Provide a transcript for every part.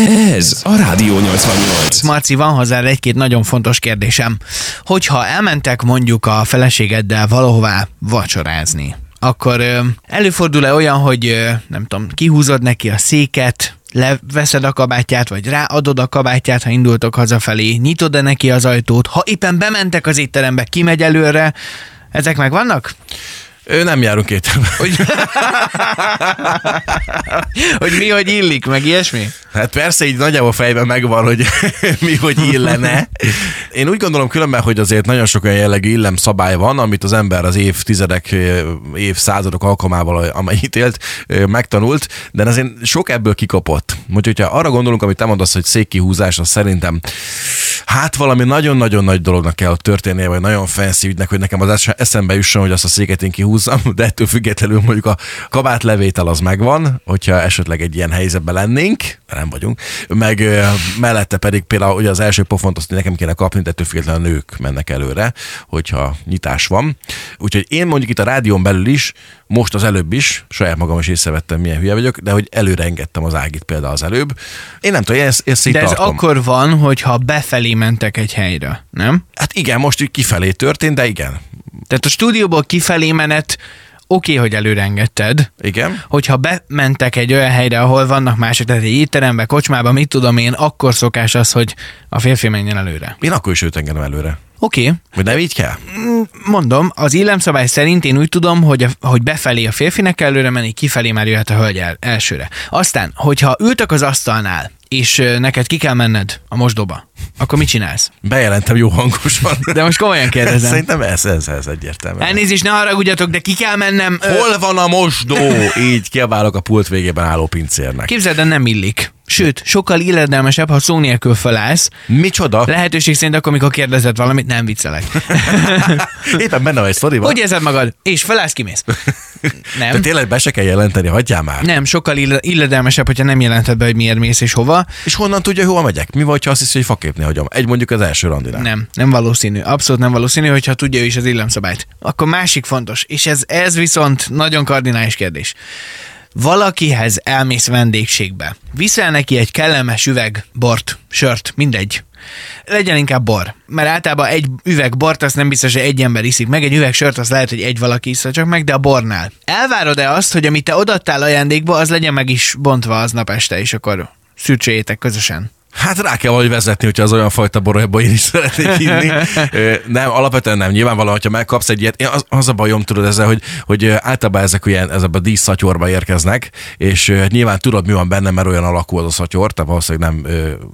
Ez a Rádió 88. Marci, van hozzá egy-két nagyon fontos kérdésem. Hogyha elmentek mondjuk a feleségeddel valahová vacsorázni, akkor előfordul-e olyan, hogy nem tudom, kihúzod neki a széket, leveszed a kabátját, vagy ráadod a kabátját, ha indultok hazafelé, nyitod-e neki az ajtót, ha éppen bementek az étterembe, kimegy előre, ezek megvannak? Nem járunk étterembe. Hogy mi, hogy illik, meg ilyesmi? Hát persze így nagyjából fejben megvan, hogy mi, hogy illene. Én úgy gondolom különben, hogy azért nagyon sok olyan jellegű illemszabály van, amit az ember az évtizedek, évszázadok alkalmával, amennyit élt, megtanult, de azért sok ebből kikapott. Úgyhogy ha arra gondolunk, amit te mondasz, hogy székkihúzás, az szerintem hát valami nagyon-nagyon nagy dolognak kell történnie, vagy nagyon fancy ügynek, hogy nekem az eszembe jusson, hogy azt a széket én kihúzzam, de ettől függetlenül mondjuk a kabátlevétel az megvan, hogyha esetleg egy ilyen helyzetben lennénk, nem vagyunk, meg mellette pedig például ugye az első pofont azt nekem kéne kapni, de ettől függetlenül a nők mennek előre, hogyha nyitás van. Úgyhogy én mondjuk itt a rádión belül is, most az előbb is, saját magam is észrevettem, milyen hülye vagyok, de hogy előre engedtem az Ágit például az előbb. Én nem tudom, ezt így de ez tartom. akkor van, hogyha befelé mentek egy helyre, nem? Hát igen, most úgy kifelé történt, de igen. Tehát a stúdióból kifelé menet oké, hogy előre engedted. Igen. Hogyha bementek egy olyan helyre, ahol vannak mások, tehát egy étterembe, kocsmába, mit tudom én, akkor szokás az, hogy a férfi menjen előre. Én akkor is őt engedem előre. Oké. Vagy nem így kell? Mondom, az illemszabály szerint én úgy tudom, hogy befelé a férfinek kell előre menni, kifelé már jöhet a hölgy elsőre. Aztán, hogyha ültök az asztalnál, és neked ki kell menned a mosdóba, akkor mit csinálsz? Bejelentem jó hangosan. De most komolyan kérdezem. Szerintem ez egyértelmű. Elnézést, ne haragudjatok, de ki kell mennem. Hol van a mosdó? Így kiabálok a pult végében álló pincérnek. Képzeld, de nem illik. Sőt, sokkal illedelmesebb, ha szó nélkül felállsz. Micsoda? Lehetőség szerint akkor, amikor kérdezed valamit, nem viccelek. Éppen benne vagy egy sztoriban. Úgy érzed magad, és felállsz, kimész. Nem. De tényleg be se kell jelenteni, hagyjál már. Nem, sokkal illedelmesebb, hogyha nem jelented be, hogy miért mész és hova. És honnan tudja, hova megyek? Mi vagy, ha azt hiszi, hogy faképni hagyom? Mondjuk az első randinál. Nem valószínű. Abszolút nem valószínű, hogyha tudja ő is az illemszabályt. Akkor másik fontos, és ez viszont nagyon kardinális kérdés. Valakihez elmész vendégségbe. Viszel neki egy kellemes üveg bort, sört, mindegy. Legyen inkább bor. Mert általában egy üveg bort azt nem biztos, hogy egy ember iszik meg, egy üveg sört azt lehet, hogy egy valaki issza csak meg, de a bornál. Elvárod-e azt, hogy amit te odaadtál ajándékba, az legyen meg is bontva aznap este, és akkor szürcsöljétek közösen? Hát rá kell valahogy vezetni, hogyha az olyan fajta borojba én is szeretnék inni. Nem, alapvetően nem. Nyilvánvalóan, hogyha megkapsz egy ilyet, az a bajom tudod ezzel, hogy általában ezek ilyen, ezekben a díszszatyorba érkeznek, és nyilván tudod, mi van benne, mert olyan alakú az a szatyor, tehát valószínűleg nem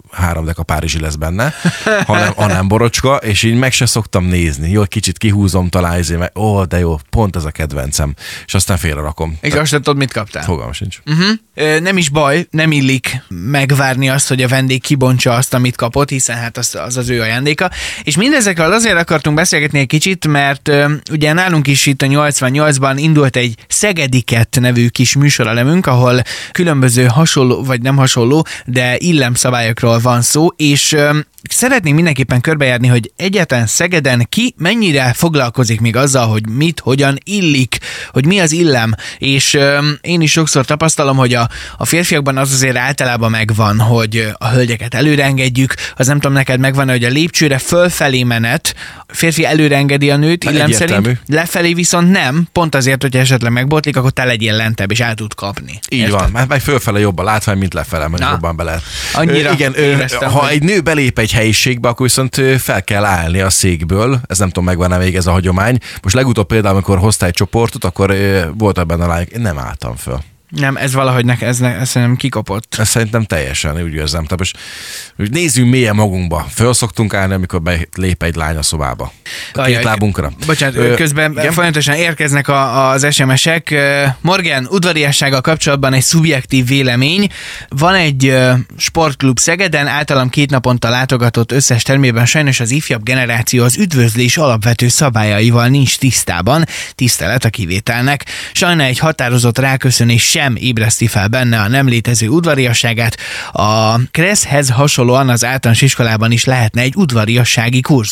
3 deka párizsi lesz benne, hanem borocska, és így meg se szoktam nézni. Jó, kicsit kihúzom talán, de jó, pont ez a kedvencem. És aztán félrerakom. És azt tudod, mit kaptál? Fogalmam sincs. Nem is baj, nem illik megvárni azt, hogy a vendég kibontsa azt, amit kapott, hiszen hát az ő ajándéka. És mindezekről azért akartunk beszélgetni egy kicsit, mert ugye nálunk is itt a 88-ban indult egy Szegediket nevű kis műsorelemünk, ahol különböző hasonló, vagy nem hasonló, de illemszabályokról van szó, és szeretnénk mindenképpen körbejárni, hogy egyáltalán Szegeden ki mennyire foglalkozik még azzal, hogy mit, hogyan illik, hogy mi az illem, és én is sokszor tapasztalom, hogy a férfiakban az azért általában megvan, hogy a hölgyeket előre engedjük, az nem tudom, neked megvan, hogy a lépcsőre fölfelé menet, a férfi előre engedi a nőt, illem szerint, lefelé viszont nem, pont azért, hogy esetleg megbotlik, akkor te legyél lentebb, és el tud kapni. Így érted? Van, mert meg fölfele jobban látvány, mint lefele, mert jobban be lehet. Annyira igen, ha egy nő belép egy helyiségbe, akkor viszont fel kell állni a székből, ez nem tudom, megvan-e még ez a hagyomány. Most legutóbb például, amikor hoztál egy csoportot, akkor volt ebben a lányok, én nem álltam föl. Nem, ez valahogy ez szerintem kikapott. Ez szerintem teljesen, úgy érzem. Tehát most nézzünk mélyen magunkba. Föl szoktunk állni, amikor belép egy lány a szobába. Két lábunkra. Bocsánat, közben folyamatosan érkeznek az SMS-ek. Morgan, udvariassággal kapcsolatban egy szubjektív vélemény. Van egy sportklub Szegeden, általam 2 naponta látogatott összes termében sajnos az ifjabb generáció az üdvözlés alapvető szabályaival nincs tisztában. Tisztelet a kivételnek. Sajna egy határozott ráköszönés sem ébreszti fel benne a nem létező udvariasságát. A Kresszhez hasonlóan az általános iskolában is lehetne egy udvariassági kurzus.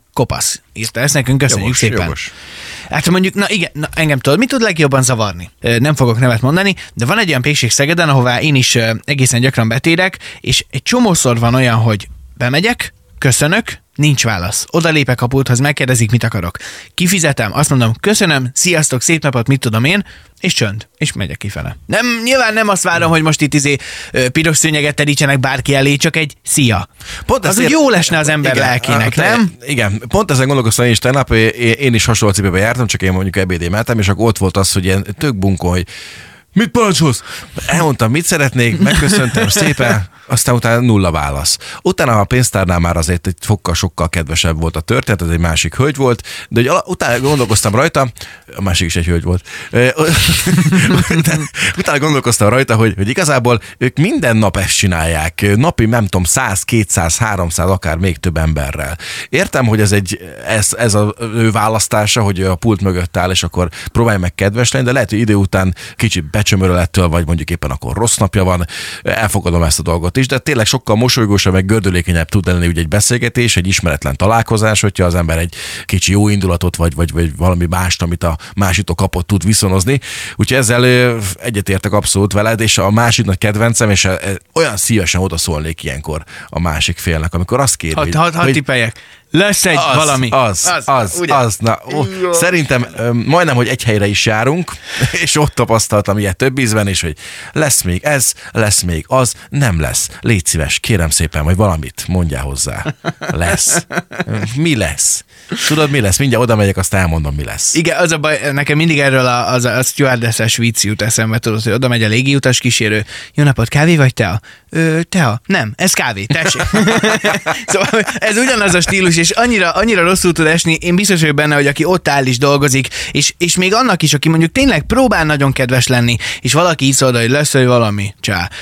Kopasz írta ezt nekünk, köszönjük Jogos, szépen. jogos. Hát mondjuk, na igen, engem tudod, mit tud legjobban zavarni? Nem fogok nevet mondani, de van egy olyan pékség Szegeden, ahová én is egészen gyakran betérek, és egy csomószor van olyan, hogy bemegyek, köszönök, nincs válasz. Oda lépek a pulthoz, megkérdezik, mit akarok. Kifizetem, azt mondom, köszönöm, sziasztok, szép napot, mit tudom én, és csönd, és megyek kifele. Nyilván nem azt várom, hogy most itt piros szőnyeget terítsenek bárki elé, csak egy szia. Pont az úgy jó lesne az ember lelkének, nem? Igen, pont ezen gondolkoztam én is tegnap, én is hasonló cipőbe jártam, csak én mondjuk ebédémeltem, és akkor ott volt az, hogy ilyen tök bunkó, hogy mit parancsolsz? Elmondtam, mit szeretnék, megköszöntem szépen, aztán utána nulla válasz. Utána a pénztárnál már azért egy sokkal kedvesebb volt a történet, ez egy másik hölgy volt, de hogy utána gondolkoztam rajta, a másik is egy hölgy volt, utána gondolkoztam rajta, hogy igazából ők minden nap ezt csinálják, napi nem tudom 100, 200, 300, akár még több emberrel. Értem, hogy ez az ő választása, hogy a pult mögött áll, és akkor próbálj meg kedves lenni, de lehet, hogy idő után kicsit becsömöröl ettől, vagy mondjuk éppen akkor rossz napja van, elfogadom ezt a dolgot is, de tényleg sokkal mosolygósabb, meg gördülékenyebb tud lenni ugye egy beszélgetés, egy ismeretlen találkozás, hogyha az ember egy kicsi jó indulatot, vagy valami mást, amit a másiktól kapott, tud viszonozni. Úgyhogy ezzel egyetértek abszolút veled, és a másik nagy kedvencem, és olyan szívesen odaszólnék ilyenkor a másik félnek, amikor azt kér, hogy tippeljek. Lesz egy valami. Az. Na, szerintem majdnem, hogy egy helyre is járunk, és ott tapasztaltam ilyet több ízben, és hogy lesz még ez, lesz még az, nem lesz. Légy szíves, kérem szépen, hogy valamit mondjál hozzá. Lesz. Mi lesz? Tudod, mi lesz? Mindjárt oda megyek, azt elmondom, mi lesz. Igen, az a baj, nekem mindig erről a stewardess-es vicc jut eszembe, tudod, hogy oda megy a légiutas kísérő. Jó napot, kávé vagy tea? Tea. Nem, ez kávé, tessék. Szóval ez ugyanaz a stílus, és annyira rosszul tud esni, én biztos vagyok benne, hogy aki ott áll is dolgozik, és még annak is, aki mondjuk tényleg próbál nagyon kedves lenni, és valaki így szól, hogy lesz, hogy valami csá.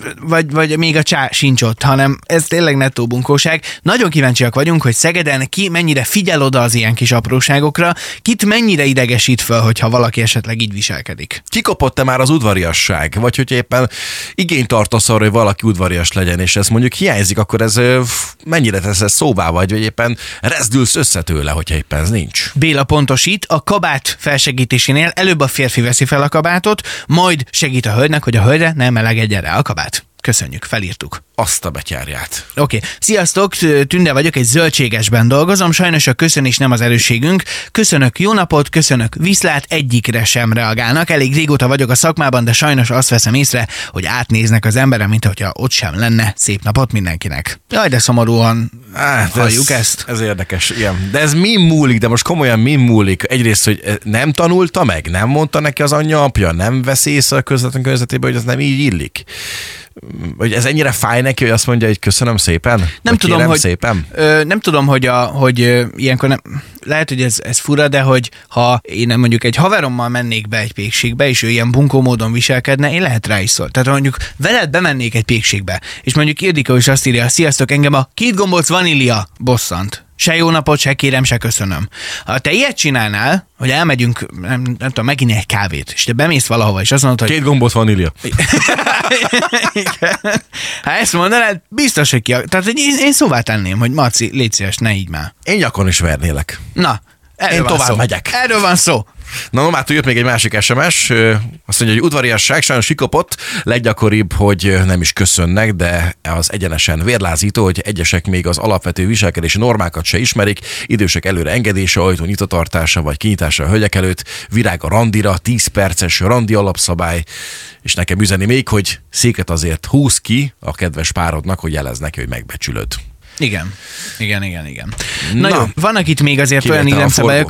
Vagy még a csá sincs ott, hanem ez tényleg nettó bunkóság. Nagyon kíváncsiak vagyunk, hogy Szegeden ki mennyire figyel oda az ilyen kis apróságokra, kit mennyire idegesít föl, hogyha valaki esetleg így viselkedik. Kikopott-e már az udvariasság? Vagy hogy éppen igényt tartasz arra, hogy valaki udvarias legyen, és ez mondjuk hiányzik, akkor ez mennyire tesz ez szóvá, vagy éppen rezdülsz össze tőle, hogyha éppen ez nincs. Béla pontosít, a kabát felsegítésénél előbb a férfi veszi fel a kabátot, majd segít a hölgynek, hogy a hölgyre ne melegedjen rá a kabát. Köszönjük, felírtuk. Azt a betyárját. Oké. Sziasztok, Tünde vagyok, egy zöldségesben dolgozom, sajnos a köszönés nem az erősségünk. Köszönök, jó napot, köszönök, viszlát, egyikre sem reagálnak. Elég régóta vagyok a szakmában, de sajnos azt veszem észre, hogy átnéznek az emberem, mint hogyha ott sem lenne. Szép napot mindenkinek. Jaj, de szomorúan halljuk ezt. Ez érdekes, igen. De ez min múlik, de most komolyan min múlik? Egyrészt, hogy nem tanulta meg, nem mondta neki az anyja, apja, nem veszi észre a közvetlen környezetében, hogy ez nem így illik. Hogy ez ennyire fáj neki, hogy azt mondja, hogy köszönöm szépen? Nem tudom, hogy szépen? Nem tudom, hogy ilyenkor nem, lehet, hogy ez fura, de hogy ha én mondjuk egy haverommal mennék be egy pékségbe, és ő ilyen bunkó módon viselkedne, én lehet rá is szól. Tehát mondjuk veled bemennék egy pékségbe, és mondjuk Ildikó is azt írja, sziasztok, engem a 2 gombóc vanília bosszant. Se jó napot, se kérem, se köszönöm. Ha te ilyet csinálnál, hogy elmegyünk, nem tudom, meginni egy kávét, és te bemész valahova, és azt mondod, hogy... 2 gombóc vanília. Ha ezt mondanád, biztos, hogy Tehát, hogy én szóvá tenném, hogy Marci, légy szíves, ne így már. Én nyakon is vernélek. Na, én tovább megyek. Erről van szó. Na, Nomától jött még egy másik SMS, azt mondja, hogy udvariasság sajnos kikopott, leggyakoribb, hogy nem is köszönnek, de az egyenesen vérlázító, hogy egyesek még az alapvető viselkedési normákat se ismerik, idősek előre engedése, ajtó nyitvatartása vagy kinyitása a hölgyek előtt, virág a randira, 10 perces randi alapszabály, és nekem üzeni még, hogy széket azért húz ki a kedves párodnak, hogy jelez neki, hogy megbecsülöd. Igen. Na jó, vannak itt még azért olyan illemszabályok,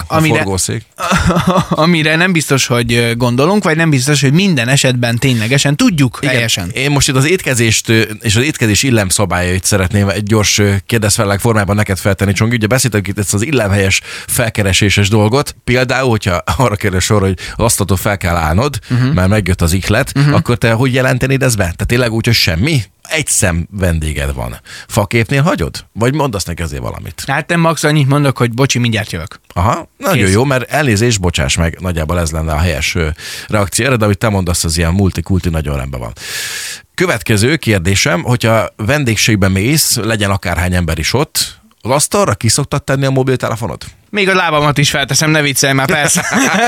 amire nem biztos, hogy gondolunk, vagy nem biztos, hogy minden esetben ténylegesen tudjuk helyesen. Én most itt az étkezést és az étkezés illemszabályait szeretném egy gyors kérdezfelelek formában neked feltenni, Csongi. Ugye beszéltünk itt ezt az illemhelyes felkereséses dolgot. Például, hogyha arra kérdez sor, hogy asztaltól fel kell állnod, mert megjött az ihlet, akkor te hogy jelentenéd ezt be? Tehát tényleg úgy, hogy semmi? Egy szem vendéged van. Faképnél hagyod? Vagy mondasz neki azért valamit? Hát nem max annyit mondok, hogy bocsi, mindjárt jövök. Aha, nagyon jó, mert elnézés, bocsáss meg, nagyjából ez lenne a helyes reakció, de ahogy te mondasz, az ilyen multikulti nagyon rendben van. Következő kérdésem, hogyha vendégségbe mész, legyen akárhány ember is ott, Az asztalra ki szoktad tenni a mobiltelefonod? Még a lábamat is felteszem, ne viccelj már, persze.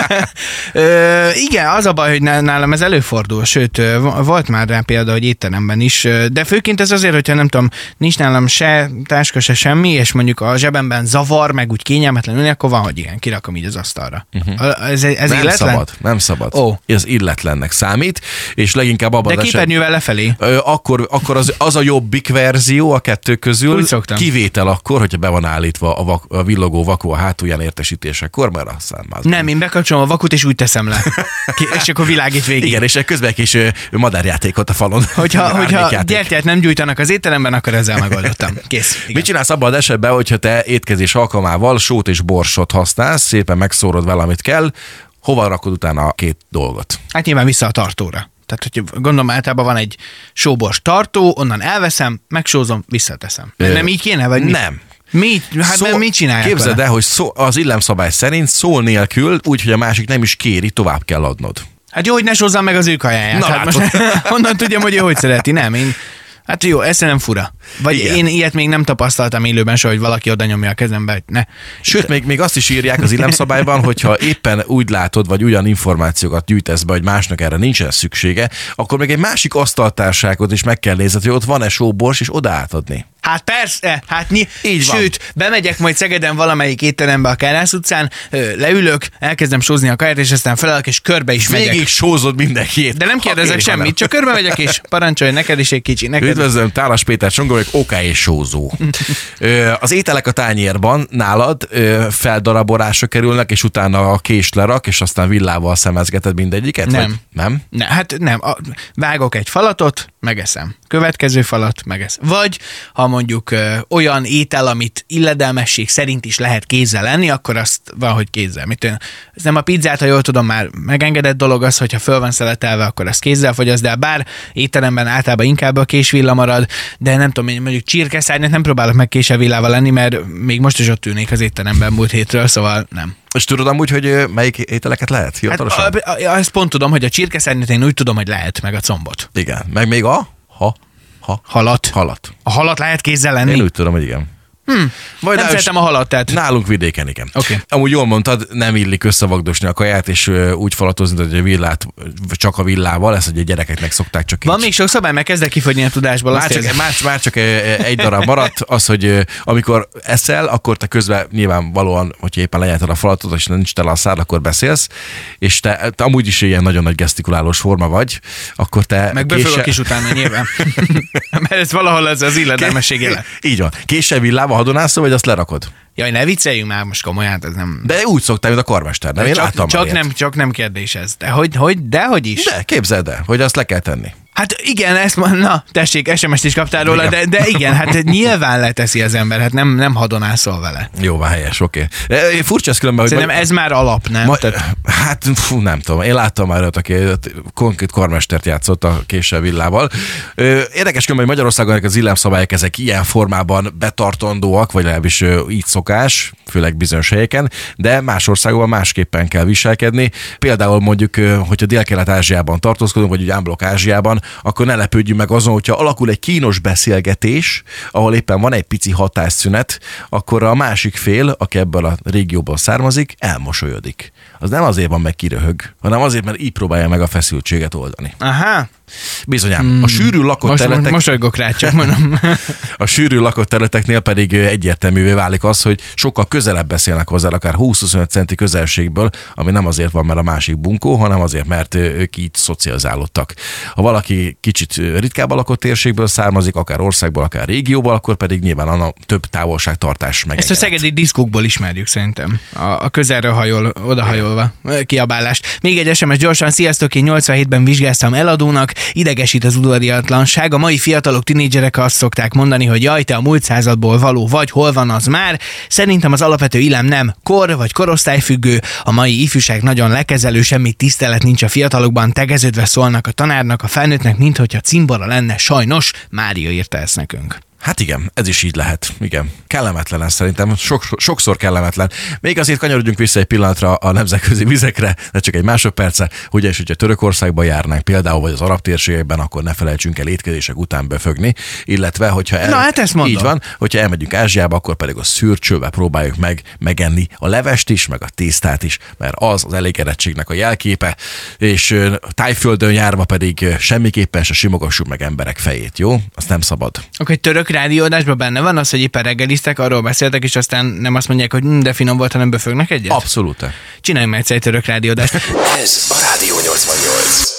Igen, az a baj, hogy nálam ez előfordul, sőt, volt már rá példa, hogy étteremben is, de főként ez azért, hogyha nem tudom, nincs nálam se táska, se semmi, és mondjuk a zsebemben zavar, meg úgy kényelmetlenül, akkor van, hogy igen, kirakom így az asztalra. Ez Nem illetlen? Nem szabad. Ó. Ez illetlennek számít, és leginkább abban De képernyővel lefelé. Akkor az a jobbik verzió a kettő közül. Úgy szoktam. Kivétel akkor, hogyha be van állítva a villogó vakó a hátulján értesítésekor, mert aztán már... Nem, én bekapcsolom a vakut, és úgy teszem le. És akkor világít végig. Igen, és közben egy kis madárjátékot a falon. Hogyha gyertyát nem gyújtanak az étteremben, akkor ezzel megoldottam. Kész. Igen. Mit csinálsz abban az esetben, hogyha te étkezés alkalmával sót és borsot használsz, szépen megszórod vele, amit kell, hova rakod utána a két dolgot? Hát nyilván vissza a tartóra. Tehát, hogy gondolom, általában van egy sóbors tartó, onnan elveszem, megsózom, visszateszem. Nem így kéne, vagy mi? Nem. Mit csinálják? Képzeld el, hogy az illemszabály szerint szó nélkül, úgy, hogy a másik nem is kéri, tovább kell adnod. Hát jó, hogy ne sózzam meg az ő kajáját. Hát most honnan tudjam, hogy ő hogy szereti, nem? Hát jó, ez nem fura. Vagy igen. Én ilyet még nem tapasztaltam élőben soha, hogy valaki oda nyomja a kezembe, hogy ne. Sőt, még azt is írják az illemszabályban, hogyha éppen úgy látod, vagy olyan információkat gyűjtesz be, hogy másnak erre nincsen szüksége, akkor még egy másik asztaltárságot is meg kell nézni, hogy ott van-e sóbors, és oda átadni. Hát persze, így van. Sőt, bemegyek majd Szegeden valamelyik étterembe a Kárász utcán, leülök, elkezdem sózni a kaját, és aztán felállok, és körbe is megyek. Végig sózod mindenkiét. De nem kérdezek semmit, csak körbe megyek, és parancsolj, neked is egy kicsi. Neked. Üdvözlöm, Tálas Péter Csongor, vagyok, OK és sózó. Az ételek a tányérban nálad feldarabolásra kerülnek, és utána a kést lerak, és aztán villával szemezgeted mindegyiket? Nem. Vagy? Nem? Hát nem. Vágok egy falatot, megeszem. Következő falat, megeszem. Vagy ha mondjuk olyan étel, amit illedelmesség szerint is lehet kézzel lenni, akkor azt valahogy kézzel. Ez nem a pizzát, ha jól tudom, már megengedett dolog az, hogyha föl van szeletelve, akkor azt kézzel fogyaszt, de bár étteremben általában inkább a késvilla marad, de nem tudom, mondjuk csirkeszárnyat nem próbálok meg késevillával lenni, mert még most is ott ülnék az étteremben múlt hétről, szóval nem. És tudod amúgy, hogy melyik ételeket lehet hivatalosan? Hát, azt pont tudom, hogy a csirkeszárnyat én úgy tudom, hogy lehet, meg a combot. Igen, meg még a halat. A halat lehet kézzel lenni? Én úgy tudom, hogy igen. Vagy nem szeretem a halat, tehát... Nálunk vidéken, igen. Okay. Amúgy jól mondtad, nem illik összevagdosni a kaját, és úgy falatozni, hogy a villát csak a villával, ezt ugye a gyerekeknek szokták csak így. Van még sok szabály, mert kezdek kifogyni a tudásból. Már csak egy darab maradt, az, hogy amikor eszel, akkor te közben nyilvánvalóan, hogyha éppen lenyelted a falatot, és nincs tele a szár, akkor beszélsz, és te amúgy is ilyen nagyon nagy gesztikulálós forma vagy, akkor te... Meg befogok is utána nyilván. Mert ez valahol ez az illedelmesség élet. Így van. Késsel villával hadonászol, vagy azt lerakod? Jaj, ne vicceljünk már most komolyan, ez nem... De úgy szoktál, mint a karmester, nem? Én láttam csak nem kérdés ez. Dehogy is? De képzeld el, hogy azt le kell tenni. Hát igen, na tessék, SMS-t is kaptál róla, de igen, hát nyilván leteszi az ember, hát nem hadonászol vele. Jó, van, helyes, oké. Furcsa ez különben, hogy... Szerintem ez már alap, nem? Hát, nem tudom, én láttam már olyat, aki konkrét karmestert játszott a késsel villával. Érdekes különben, hogy Magyarországon az illemszabályok ezek ilyen formában betartandóak, vagy legalábbis így szokás, főleg bizonyos helyeken, de más országokban másképpen kell viselkedni. Például mondjuk, hogyha Dél-Kelet-Ázsiában tartózkodunk, vagy úgy ámblok Ázsiában, akkor ne lepődjünk meg azon, hogyha alakul egy kínos beszélgetés, ahol éppen van egy pici hatásszünet, akkor a másik fél, aki ebből a régióból származik, elmosolyodik. Az nem azért van meg kiröhög, hanem azért, mert így próbálja meg a feszültséget oldani. Aha. Bizonyám. A sűrű lakott területek... Mosolygok rá, csak mondom. A sűrű lakott területeknél pedig egyértelművé válik az, hogy sokkal közelebb beszélnek hozzá, akár 20-25 centi közelségből, ami nem azért van, mert a másik bunkó, hanem azért, mert ők így szocializálódtak. Ha valaki kicsit ritkább lakott térségből származik, akár országból, akár régióból, akkor pedig nyilván a több távolságtartás meg. Ezt a szegedi diszkókból ismerjük szerintem. A közelről odahajolva kiabálást. Még egy SMS gyorsan, sziasztok, én 87-ben vizsgáztam eladónak, idegesít az udvariatlanság. A mai fiatalok, tinédzserek azt szokták mondani, hogy jaj, te a múlt századból való vagy, hol van az már? Szerintem az alapvető illem nem kor vagy korosztályfüggő, a mai ifjúság nagyon lekezelő, semmi tisztelet nincs a fiatalokban, tegeződve szólnak a tanárnak, a felnőttnek, minthogyha cimbora lenne, sajnos. Mária írta ezt nekünk. Hát igen, ez is így lehet. Igen. Kellemetlen ez szerintem. Sokszor kellemetlen. Még azért kanyarodjunk vissza egy pillanatra a nemzetközi vizekre, de csak egy másodperce. Ugye, és hogyha Törökországba járnánk például, vagy az arab térségekben, akkor ne felejtsünk el étkezések után befögni, illetve, hogyha ezt mondom. Így van, hogyha elmegyünk Ázsiába, akkor pedig a szürcsőbe próbáljuk megenni a levest is, meg a tésztát is, mert az elégedettségnek a jelképe, és Tájföldön járva pedig semmiképpen se simogassuk meg emberek fejét, jó? Azt nem szabad. Akkor egy török rádióadásban benne van az, hogy éppen reggeliztek, arról beszéltek, és aztán nem azt mondják, hogy de finom volt, hanem befögnek egyet? Abszolút. Csináljunk meg egyszer egy török rádióadást. Ez a Rádió 88.